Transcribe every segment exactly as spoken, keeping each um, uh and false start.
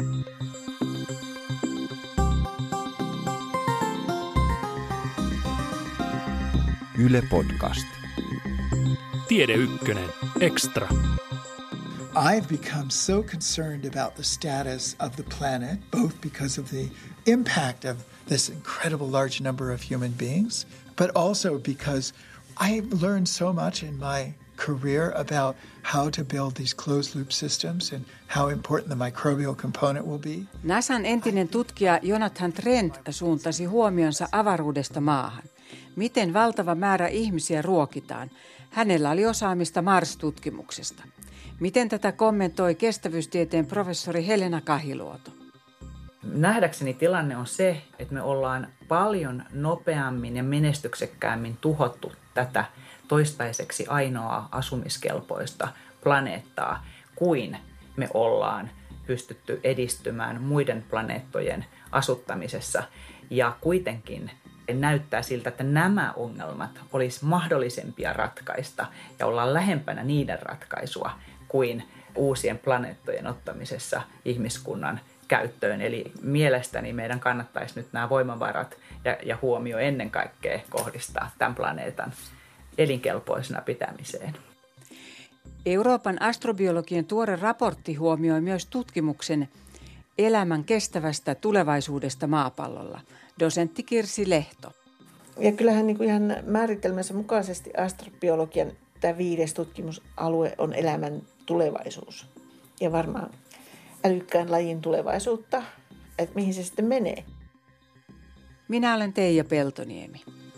Yle Podcast. Tiede Ykkönen Extra. I've become so concerned about the status of the planet, both because of the impact of this incredible large number of human beings, but also because I've learned so much in my career about how to build these closed loop systems and how important the microbial component will be. NASAn entinen tutkija Jonathan Trent suuntasi huomionsa avaruudesta maahan. Miten valtava määrä ihmisiä ruokitaan? Hänellä oli osaamista Mars-tutkimuksesta. Miten tätä kommentoi kestävyystieteen professori Helena Kahiluoto? Nähdäkseni tilanne on se, että me ollaan paljon nopeammin ja menestyksekkäämmin tuhottu tätä toistaiseksi ainoaa asumiskelpoista planeettaa, kuin me ollaan pystytty edistymään muiden planeettojen asuttamisessa. Ja kuitenkin näyttää siltä, että nämä ongelmat olisi mahdollisempia ratkaista ja ollaan lähempänä niiden ratkaisua kuin uusien planeettojen ottamisessa ihmiskunnan käyttöön. Eli mielestäni meidän kannattaisi nyt nämä voimavarat ja, ja huomio ennen kaikkea kohdistaa tämän planeetan elinkelpoisena pitämiseen. Euroopan astrobiologien tuore raportti huomioi myös tutkimuksen elämän kestävästä tulevaisuudesta maapallolla. Dosentti Kirsi Lehto. Ja kyllähän niin kuin ihan määritelmänsä mukaisesti astrobiologian tämä viides tutkimusalue on elämän tulevaisuus. Ja varmaan älykkään lajin tulevaisuutta, että mihin se sitten menee. Minä olen Teija Peltoniemi.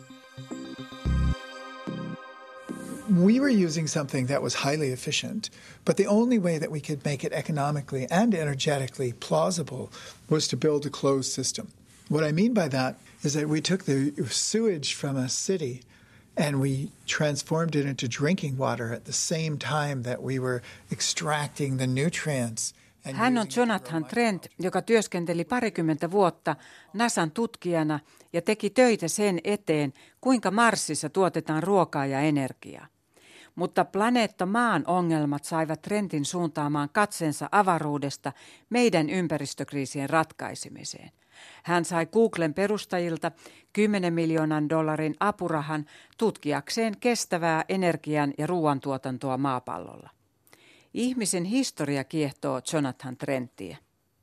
We were using something that was highly efficient, but the only way that we could make it economically and energetically plausible was to build a closed system. What I mean by that is that we took the sewage from a city and we transformed it into drinking water at the same time that we were extracting the nutrients. Hän on Jonathan Trent, joka työskenteli parikymmentä vuotta NASAn tutkijana ja teki töitä sen eteen, kuinka Marsissa tuotetaan ruokaa ja energiaa. Mutta planeetta Maan ongelmat saivat Trentin suuntaamaan katseensa avaruudesta meidän ympäristökriisien ratkaisemiseen. Hän sai Googlen perustajilta kymmenen miljoonan dollarin apurahan tutkiakseen kestävää energian ja ruoantuotantoa maapallolla. Ihmisen historia kiehtoo Jonathan Trenttiä.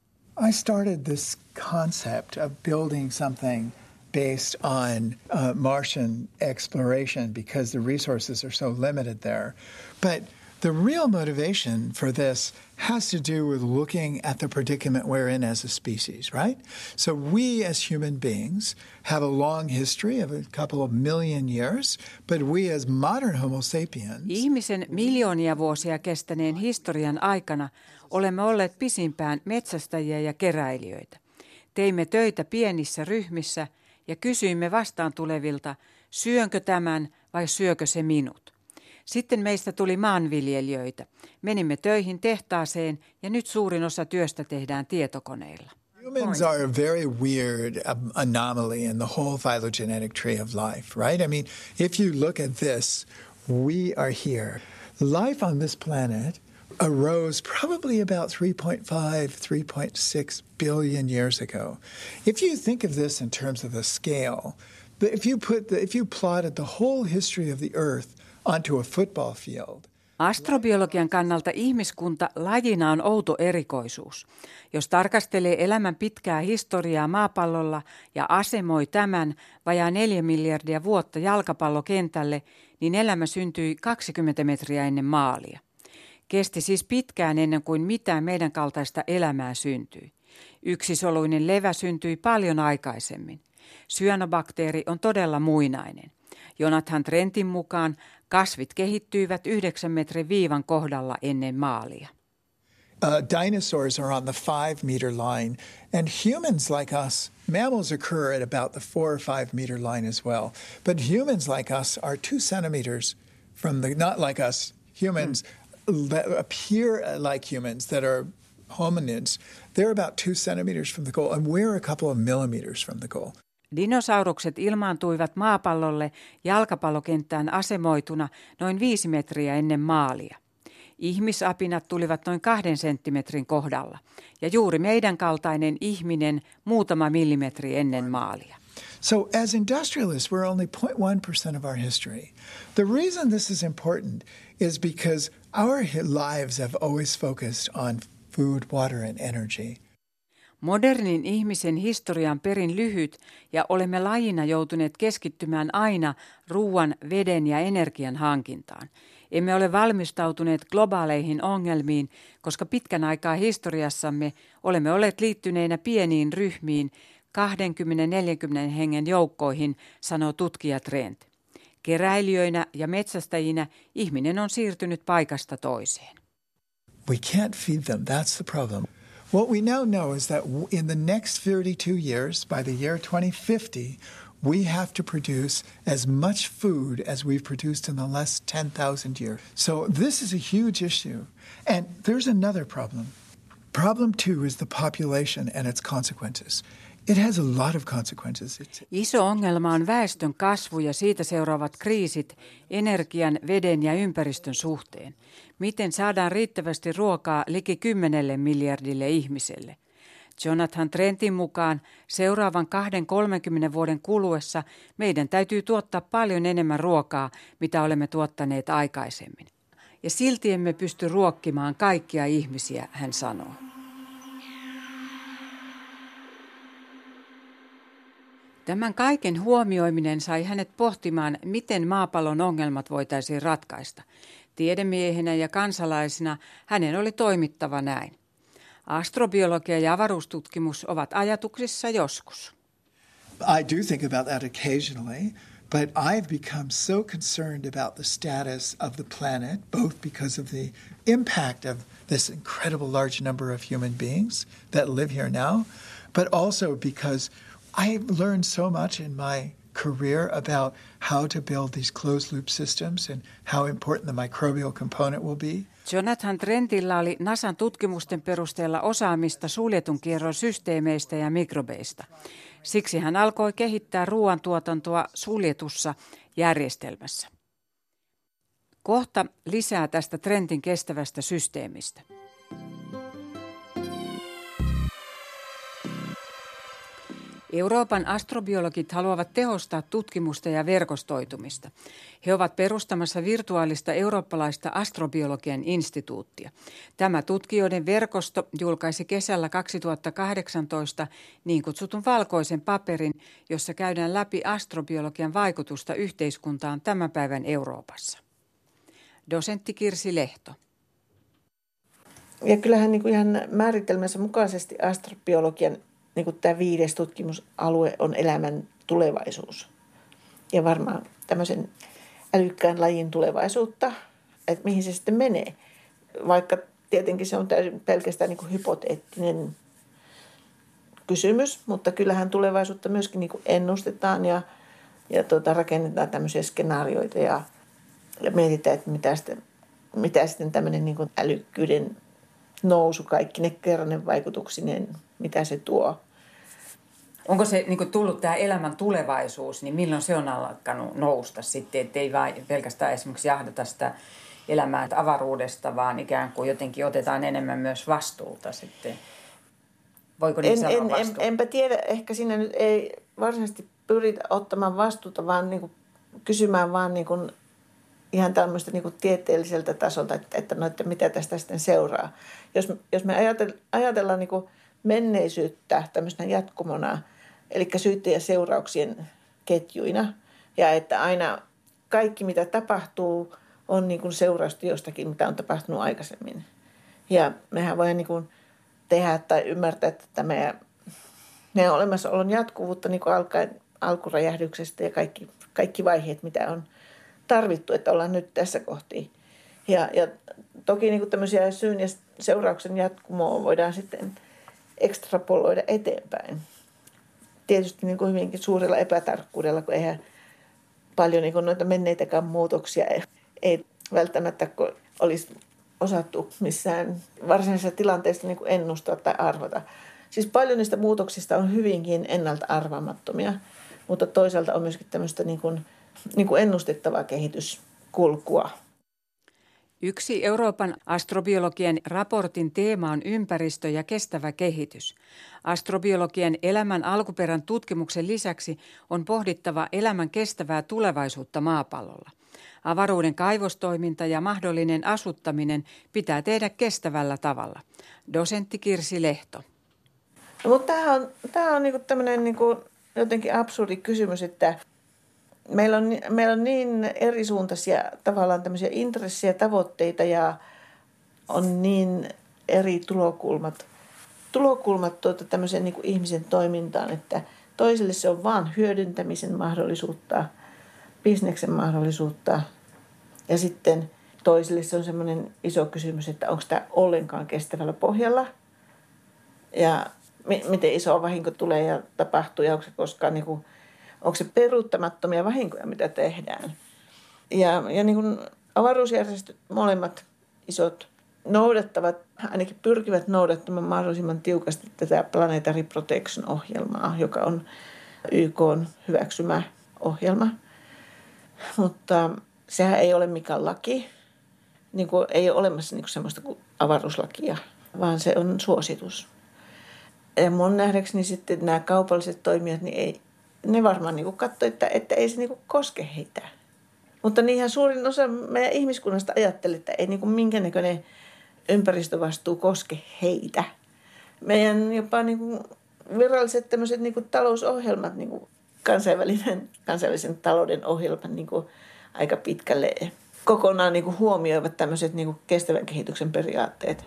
I started this concept of building something based on uh, Martian exploration because the resources are so limited there. But the real motivation for this has to do with looking at the predicament we're in as a species, right? So we as human beings have a long history of a couple of million years, but we as modern Homo sapiens... Ihmisen miljoonia vuosia kestäneen historian aikana olemme olleet pisimpään metsästäjiä ja keräilijöitä. Teimme töitä pienissä ryhmissä ja kysyimme vastaan tulevilta, syönkö tämän vai syökö se minut. Sitten meistä tuli maanviljelijöitä. Menimme töihin tehtaaseen ja nyt suurin osa työstä tehdään tietokoneilla. Humans are a very weird anomaly in the whole phylogenetic tree of life, right? I mean, if you look at this, we are here. Life on this planet arose probably about three point five, three point six billion years ago. If you think of this in terms of the scale, if you put the, if you plotted the whole history of the Earth onto a football field. Astrobiologian kannalta ihmiskunta lajina on outo erikoisuus. Jos tarkastelee elämän pitkää historiaa maapallolla ja asemoi tämän vajaa neljä miljardia vuotta jalkapallokentälle, niin elämä syntyi kaksikymmentä metriä ennen maalia. Kesti siis pitkään ennen kuin mitään meidän kaltaista elämää syntyi. Yksisoluinen levä syntyi paljon aikaisemmin. Cyanobakteeri on todella muinainen. Jonathan Trentin mukaan kasvit kehittyivät yhdeksän metrin viivan kohdalla ennen maalia. Uh, dinosaurs are on the five meter line, and humans like us, mammals occur at about the four or five meter line as well. But humans like us are two centimeters from the, not like us, humans mm. that appear like humans that are hominids. They're about two centimeters from the goal, and we're a couple of millimeters from the goal. Dinosaurukset ilmaantuivat maapallolle jalkapallokenttään asemoituna noin viisi metriä ennen maalia. Ihmisapinat tulivat noin kahden senttimetrin kohdalla ja juuri meidän kaltainen ihminen muutama millimetri ennen maalia. So as industrialists, we're only zero point one percent of our history. The reason this is important is because our lives have always focused on food, water and energy. Modernin ihmisen historian perin lyhyt ja olemme lajina joutuneet keskittymään aina ruoan, veden ja energian hankintaan. Emme ole valmistautuneet globaaleihin ongelmiin, koska pitkän aikaa historiassamme olemme olleet liittyneinä pieniin ryhmiin, kaksikymmentä neljäkymmentä hengen joukkoihin, sanoo tutkija Trent. Keräilijöinä ja metsästäjinä ihminen on siirtynyt paikasta toiseen. We can't feed them. That's the problem. What we now know is that in the next thirty-two years, by the year twenty fifty, we have to produce as much food as we've produced in the last ten thousand years. So this is a huge issue. And there's another problem. Problem two is the population and its consequences. It has a lot of consequences. It's... Iso ongelma on väestön kasvu ja siitä seuraavat kriisit energian, veden ja ympäristön suhteen. Miten saadaan riittävästi ruokaa liki kymmenelle miljardille ihmiselle? Jonathan Trentin mukaan seuraavan kahden kolmenkymmenen vuoden kuluessa meidän täytyy tuottaa paljon enemmän ruokaa, mitä olemme tuottaneet aikaisemmin. Ja silti emme pysty ruokkimaan kaikkia ihmisiä, hän sanoo. Tämän kaiken huomioiminen sai hänet pohtimaan, miten maapallon ongelmat voitaisiin ratkaista. Tiedemiehenä ja kansalaisena hänen oli toimittava näin. Astrobiologia ja avaruustutkimus ovat ajatuksissa joskus. I do think about that occasionally, but I've become so concerned about the status of the planet, both because of the impact of this incredible large number of human beings that live here now, but also because I've learned so much in my career about how to build these closed loop systems and how important the microbial component will be. Jonathan Trentillä oli NASAn tutkimusten perusteella osaamista suljetun kierron systeemeistä ja mikrobeista. Siksi hän alkoi kehittää ruoantuotantoa suljetussa järjestelmässä. Kohta lisää tästä Trentin kestävästä systeemistä. Euroopan astrobiologit haluavat tehostaa tutkimusta ja verkostoitumista. He ovat perustamassa virtuaalista eurooppalaista astrobiologian instituuttia. Tämä tutkijoiden verkosto julkaisi kesällä kaksituhattakahdeksantoista niin kutsutun valkoisen paperin, jossa käydään läpi astrobiologian vaikutusta yhteiskuntaan tämän päivän Euroopassa. Dosentti Kirsi Lehto. Ja kyllähän niin kuin ihan määritelmänsä mukaisesti astrobiologian niin kuin tämä viides tutkimusalue on elämän tulevaisuus. Ja varmaan tämmöisen älykkään lajin tulevaisuutta, että mihin se sitten menee. Vaikka tietenkin se on täysin pelkästään niin kuin hypoteettinen kysymys, mutta kyllähän tulevaisuutta myöskin niin kuin ennustetaan ja, ja tuota, rakennetaan tämmöisiä skenaarioita ja, ja mietitään, että mitä sitten, mitä sitten tämmöinen niin kuin älykkyyden nousu, kaikki ne kerranen vaikutuksineen, mitä se tuo. Onko se niin kuin tullut tämä elämän tulevaisuus, niin milloin se on alkanut nousta sitten, ettei vain pelkästään esimerkiksi jahdata sitä elämää avaruudesta, vaan ikään kuin jotenkin otetaan enemmän myös vastuuta sitten? Voiko niin en, sanoa en, vastuuta? En, enpä tiedä, ehkä siinä nyt ei varsinaisesti pyritä ottamaan vastuuta, vaan niin kuin kysymään vaan niin kuin ihan tämmöistä niin kuin tieteelliseltä tasolta, että, että, no, että mitä tästä sitten seuraa. Jos, jos me ajatellaan, ajatellaan niin kuin menneisyyttä tämmöisenä jatkumona, eli syytteen ja seurauksien ketjuina, ja että aina kaikki, mitä tapahtuu, on niin kuin seurausta jostakin, mitä on tapahtunut aikaisemmin. Ja mehän voidaan niin kuin tehdä tai ymmärtää, että tämä meidän olemassaolon jatkuvuutta niin kuin alkaen alkuräjähdyksestä ja kaikki, kaikki vaiheet, mitä on tarvittu, että ollaan nyt tässä kohti. Ja, ja toki niin kuin tämmöisiä syyn ja seurauksen jatkumoa voidaan sitten ekstrapoloida eteenpäin. Tietysti niin kuin hyvinkin suurella epätarkkuudella, kun eihän paljon niin kuin noita menneitäkään muutoksia ei, ei välttämättä olisi osattu missään varsinaisessa tilanteessa niin kuin ennustaa tai arvata. Siis paljon niistä muutoksista on hyvinkin ennalta arvaamattomia, mutta toisaalta on myöskin tämmöistä niin kuin, niin kuin ennustettavaa kehityskulkua. Yksi Euroopan astrobiologien raportin teema on ympäristö ja kestävä kehitys. Astrobiologien elämän alkuperän tutkimuksen lisäksi on pohdittava elämän kestävää tulevaisuutta maapallolla. Avaruuden kaivostoiminta ja mahdollinen asuttaminen pitää tehdä kestävällä tavalla. Dosentti Kirsi Lehto. No, mutta tämä on, tämä on niinku tämmöinen niinku jotenkin absurdi kysymys, että meillä on, meillä on niin erisuuntaisia tavallaan tämmöisiä intressejä, tavoitteita ja on niin eri tulokulmat, tulokulmat tuota tämmöiseen niin kuin ihmisen toimintaan, että toisille se on vaan hyödyntämisen mahdollisuutta, bisneksen mahdollisuutta ja sitten toisille se on semmoinen iso kysymys, että onko tämä ollenkaan kestävällä pohjalla ja mi- miten iso vahinko tulee ja tapahtuu ja onko se koskaan niin kuin onko se peruuttamattomia vahinkoja, mitä tehdään. Ja, ja niin kuin avaruusjärjestöt molemmat isot noudattavat, ainakin pyrkivät noudattamaan mahdollisimman tiukasti tätä Planetary Protection-ohjelmaa, joka on Y K:n hyväksymä ohjelma. Mutta sehän ei ole mikään laki. Niin kuin ei ole olemassa niin kuin semmoista kuin avaruuslakia, vaan se on suositus. Ja mun nähdäkseni sitten nämä kaupalliset toimijat, niin ei ne varmaan niin katsoo, että, että ei se niin koske heitä. Mutta niinhän suurin osa meidän ihmiskunnasta ajattelee, että ei niin minkäännäköinen ympäristövastuu koske heitä. Meidän jopa niin viralliset tämmöiset niin talousohjelmat, niin kansainvälinen, kansainvälisen talouden ohjelmat niin aika pitkälle kokonaan niin huomioivat tämmöiset niin kestävän kehityksen periaatteet.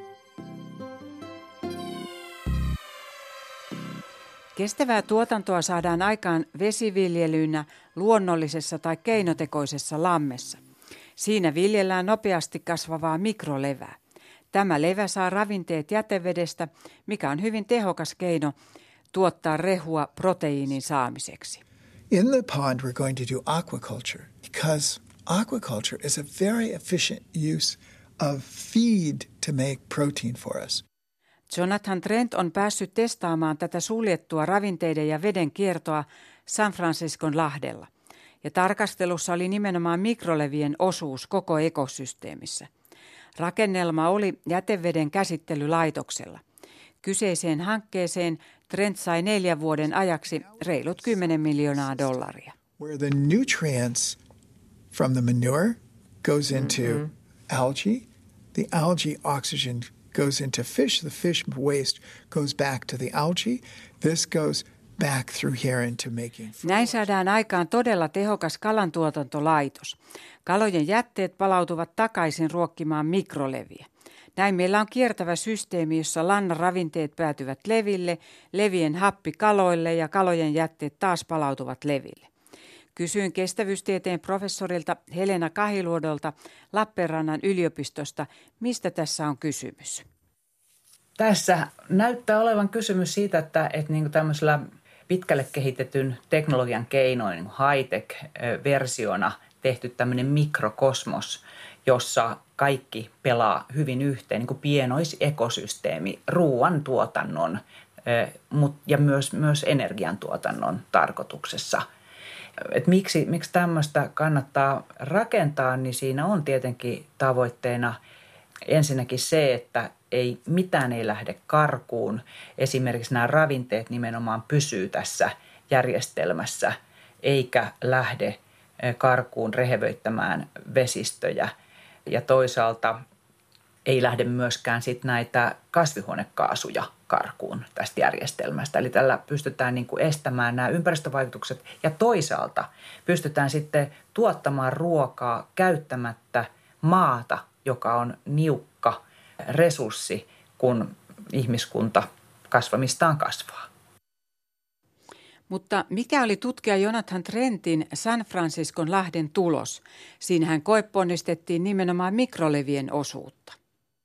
Kestävää tuotantoa saadaan aikaan vesiviljelynä, luonnollisessa tai keinotekoisessa lammessa. Siinä viljellään nopeasti kasvavaa mikrolevää. Tämä levä saa ravinteet jätevedestä, mikä on hyvin tehokas keino tuottaa rehua proteiinin saamiseksi. In the pond we're going to do aquaculture because aquaculture is a very efficient use of feed to make protein for us. Jonathan Trent on päässyt testaamaan tätä suljettua ravinteiden ja veden kiertoa San Franciscon lahdella. Ja tarkastelussa oli nimenomaan mikrolevien osuus koko ekosysteemissä. Rakennelma oli jäteveden käsittelylaitoksella. Kyseiseen hankkeeseen Trent sai neljän vuoden ajaksi reilut kymmenen miljoonaa dollaria. Where the nutrients from the manure goes into mm-hmm. algae, the algae oxygen goes into fish, the fish waste goes back to the algae. This goes back through here into making food. Näin saadaan aikaan todella tehokas kalantuotantolaitos. Kalojen jätteet palautuvat takaisin ruokkimaan mikroleviä. Näin meillä on kiertävä systeemi, jossa lannan ravinteet päätyvät leville, levien happi kaloille ja kalojen jätteet taas palautuvat leville. Kysyin kestävyystieteen professorilta Helena Kahiluodolta Lappeenrannan yliopistosta, mistä tässä on kysymys. Tässä näyttää olevan kysymys siitä, että, että niin kuin tämmöisellä pitkälle kehitetyn teknologian keinoin, niin high-tech-versiona tehty tämmöinen mikrokosmos, jossa kaikki pelaa hyvin yhteen, niin kuin pienoisekosysteemi ruoantuotannon ja myös, myös energiantuotannon tarkoituksessa. Et miksi, miksi tämmöistä kannattaa rakentaa, niin siinä on tietenkin tavoitteena ensinnäkin se, että ei, mitään ei lähde karkuun. Esimerkiksi nämä ravinteet nimenomaan pysyy tässä järjestelmässä, eikä lähde karkuun rehevöittämään vesistöjä. Ja toisaalta ei lähde myöskään sit näitä kasvihuonekaasuja karkuun tästä järjestelmästä. Eli tällä pystytään niin kuin estämään nämä ympäristövaikutukset ja toisaalta pystytään sitten tuottamaan ruokaa käyttämättä maata, joka on niukka resurssi, kun ihmiskunta kasvamistaan kasvaa. Mutta mikä oli tutkija Jonathan Trentin San Franciscon lahden tulos? Siinähän koeponnistettiin nimenomaan mikrolevien osuutta.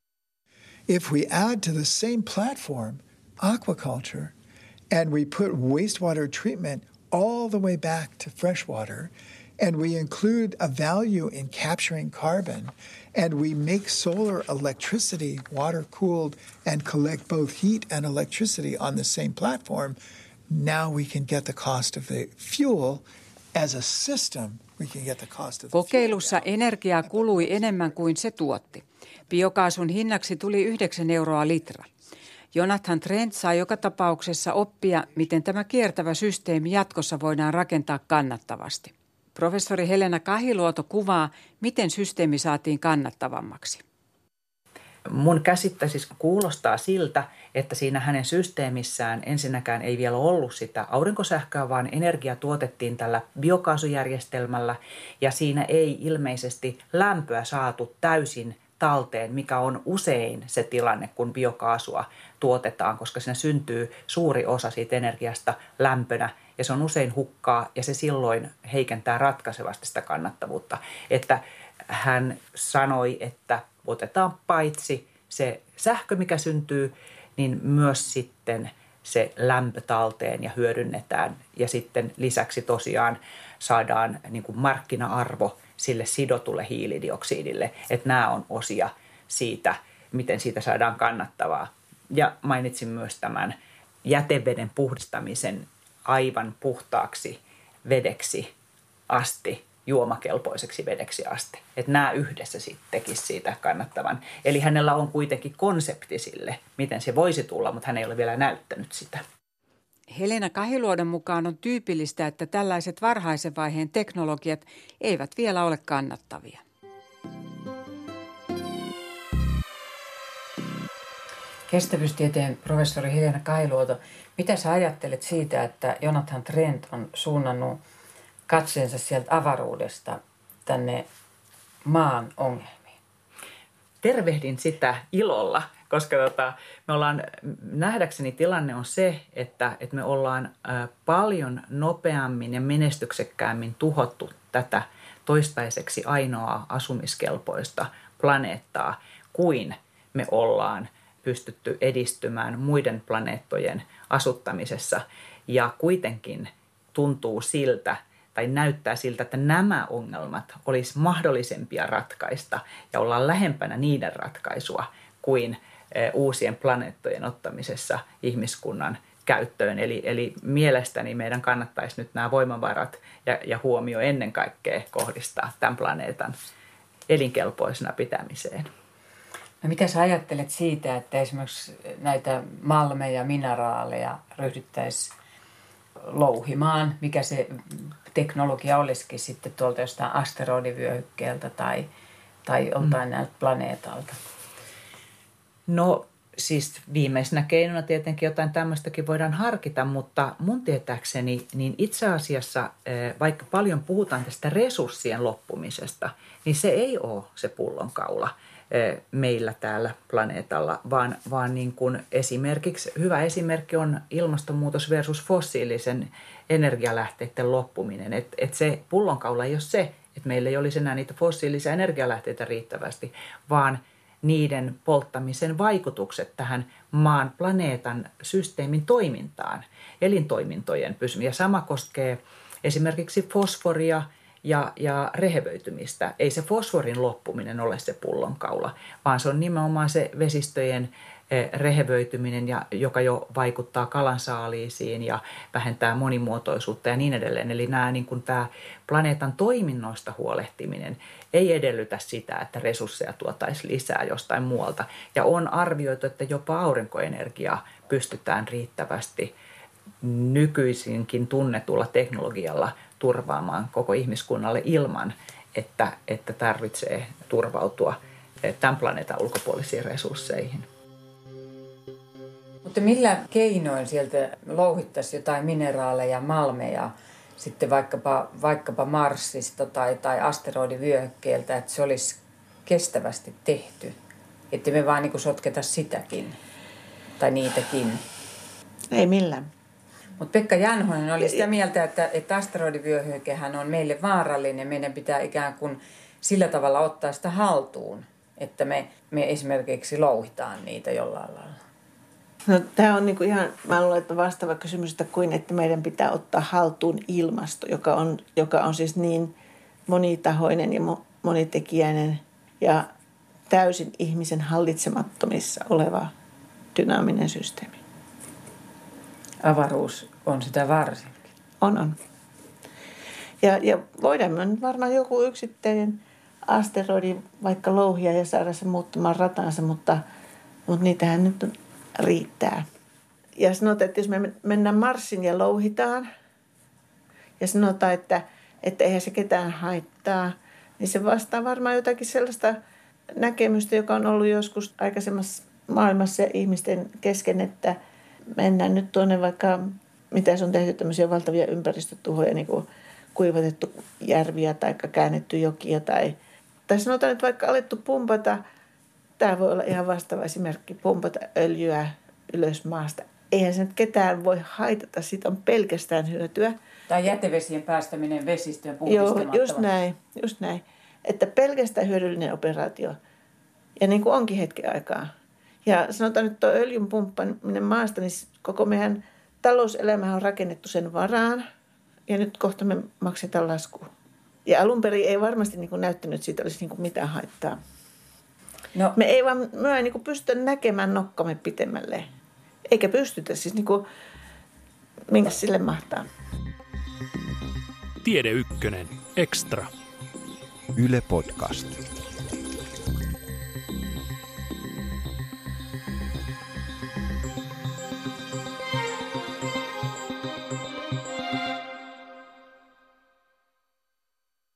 If we add to the same platform aquaculture and we put wastewater treatment all the way back to freshwater and we include a value in capturing carbon and we make solar electricity water cooled and collect both heat and electricity on the same platform, now we can get the cost of the fuel as a system Kokeilussa energiaa kului enemmän kuin se tuotti. Biokaasun hinnaksi tuli yhdeksän euroa litra. Jonathan Trent saa joka tapauksessa oppia, miten tämä kiertävä systeemi jatkossa voidaan rakentaa kannattavasti. Professori Helena Kahiluoto kuvaa, miten systeemi saatiin kannattavammaksi. Mun käsittä siis kuulostaa siltä, että siinä hänen systeemissään ensinnäkään ei vielä ollut sitä aurinkosähköä, vaan energia tuotettiin tällä biokaasujärjestelmällä ja siinä ei ilmeisesti lämpöä saatu täysin talteen, mikä on usein se tilanne, kun biokaasua tuotetaan, koska siinä syntyy suuri osa siitä energiasta lämpönä ja se on usein hukkaa ja se silloin heikentää ratkaisevasti sitä kannattavuutta. Että hän sanoi, että otetaan paitsi se sähkö, mikä syntyy, niin myös sitten se lämpö talteen ja hyödynnetään. Ja sitten lisäksi tosiaan saadaan niin kuin markkina-arvo sille sidotulle hiilidioksidille. Että nämä on osia siitä, miten siitä saadaan kannattavaa. Ja mainitsin myös tämän jäteveden puhdistamisen aivan puhtaaksi vedeksi asti, juomakelpoiseksi vedeksi asti. Että nämä yhdessä sitten tekisi siitä kannattavan. Eli hänellä on kuitenkin konsepti sille, miten se voisi tulla, mutta hän ei ole vielä näyttänyt sitä. Helena Kahiluodon mukaan on tyypillistä, että tällaiset varhaisen vaiheen teknologiat eivät vielä ole kannattavia. Kestävyystieteen professori Helena Kahiluoto, mitä sä ajattelet siitä, että Jonathan Trent on suunnannut katseensa sieltä avaruudesta tänne maan ongelmiin? Tervehdin sitä ilolla, koska tota, me ollaan, nähdäkseni tilanne on se, että, että me ollaan ä, paljon nopeammin ja menestyksekkäämmin tuhottu tätä toistaiseksi ainoaa asumiskelpoista planeettaa, kuin me ollaan pystytty edistymään muiden planeettojen asuttamisessa. Ja kuitenkin tuntuu siltä, tai näyttää siltä, että nämä ongelmat olisi mahdollisempia ratkaista ja ollaan lähempänä niiden ratkaisua kuin uusien planeettojen ottamisessa ihmiskunnan käyttöön. Eli, eli mielestäni meidän kannattaisi nyt nämä voimavarat ja, ja huomio ennen kaikkea kohdistaa tämän planeetan elinkelpoisena pitämiseen. No mitä sä ajattelet siitä, että esimerkiksi näitä malmeja, mineraaleja ryhdyttäisiin louhimaan, mikä se teknologia olisikin sitten tuolta jostain asteroidivyöhykkeeltä tai, tai joltain mm. näiltä planeetalta? No siis viimeisenä keinona tietenkin jotain tämmöistäkin voidaan harkita, mutta mun tietääkseni niin itse asiassa vaikka paljon puhutaan tästä resurssien loppumisesta, niin se ei ole se pullonkaula meillä täällä planeetalla, vaan, vaan niin kuin esimerkiksi hyvä esimerkki on ilmastonmuutos versus fossiilisen energialähteiden loppuminen. Et, et se pullonkaula ei ole se, että meillä ei olisi enää niitä fossiilisia energialähteitä riittävästi, vaan niiden polttamisen vaikutukset tähän maan planeetan systeemin toimintaan, elintoimintojen pysymistä. Ja sama koskee esimerkiksi fosforia ja, ja rehevöitymistä. Ei se fosforin loppuminen ole se pullonkaula, vaan se on nimenomaan se vesistöjen rehevöityminen, ja, joka jo vaikuttaa kalansaaliisiin ja vähentää monimuotoisuutta ja niin edelleen. Eli nämä, niin kuin tämä planeetan toiminnoista huolehtiminen ei edellytä sitä, että resursseja tuotaisiin lisää jostain muualta. Ja on arvioitu, että jopa aurinkoenergiaa pystytään riittävästi nykyisinkin tunnetulla teknologialla turvaamaan koko ihmiskunnalle ilman, että, että tarvitsee turvautua tämän planeetan ulkopuolisiin resursseihin. Mutta millä keinoin sieltä louhittaisiin jotain mineraaleja, malmeja, sitten vaikkapa, vaikkapa Marsista tai, tai asteroidivyöhykkeeltä, että se olisi kestävästi tehty? Että me vaan niin sotketa sitäkin tai niitäkin. Ei millään. Mutta Pekka Janhonen oli sitä mieltä, että, että asteroidivyöhykehän on meille vaarallinen. Meidän pitää ikään kuin sillä tavalla ottaa sitä haltuun, että me, me esimerkiksi louhitaan niitä jollain lailla. No, tämä on niinku ihan, mä luulen, että vastaava kysymys, että kuin että meidän pitää ottaa haltuun ilmasto, joka on, joka on siis niin monitahoinen ja monitekijäinen ja täysin ihmisen hallitsemattomissa oleva dynaaminen systeemi. Avaruus on sitä varsinkin. On, on. Ja, ja voidaan me nyt varmaan joku yksittäinen asteroidi vaikka louhia ja saada se muuttamaan ratansa, mutta, mutta niitähän nyt riittää. Ja sanotaan, että jos me mennään Marsin ja louhitaan ja sanotaan, että, että eihän se ketään haittaa, niin se vastaa varmaan jotakin sellaista näkemystä, joka on ollut joskus aikaisemmassa maailmassa ja ihmisten kesken, että mennään nyt tuonne vaikka, mitä se on tehty, tämmöisiä valtavia ympäristötuhoja, niin kuin kuivatettu järviä tai käännetty jokia tai, tai sanotaan, että vaikka alettu pumpata, tämä voi olla ihan vastaava esimerkki, pumpata öljyä ylös maasta. Eihän se nyt ketään voi haitata, siitä on pelkästään hyötyä. Tai jätevesien päästäminen vesistöön puhdistamatta. Joo, just näin, just näin. Että pelkästään hyödyllinen operaatio. Ja niin kuin onkin hetken aikaa. Ja sanotaan nyt tuo öljyn pumppaaminen maasta, niin koko meidän talouselämä on rakennettu sen varaan. Ja nyt kohta me maksetaan lasku. Ja alun perin ei varmasti niin kuin näyttänyt, että siitä olisi niin kuin mitään haittaa. No. Me ei vaan me ei niin kuin pystytä näkemään nokkamme pitemmälle. Eikä pystytä siis niin kuin, minkä sille mahtaa. Tiede Ykkönen Extra. Yle Podcast.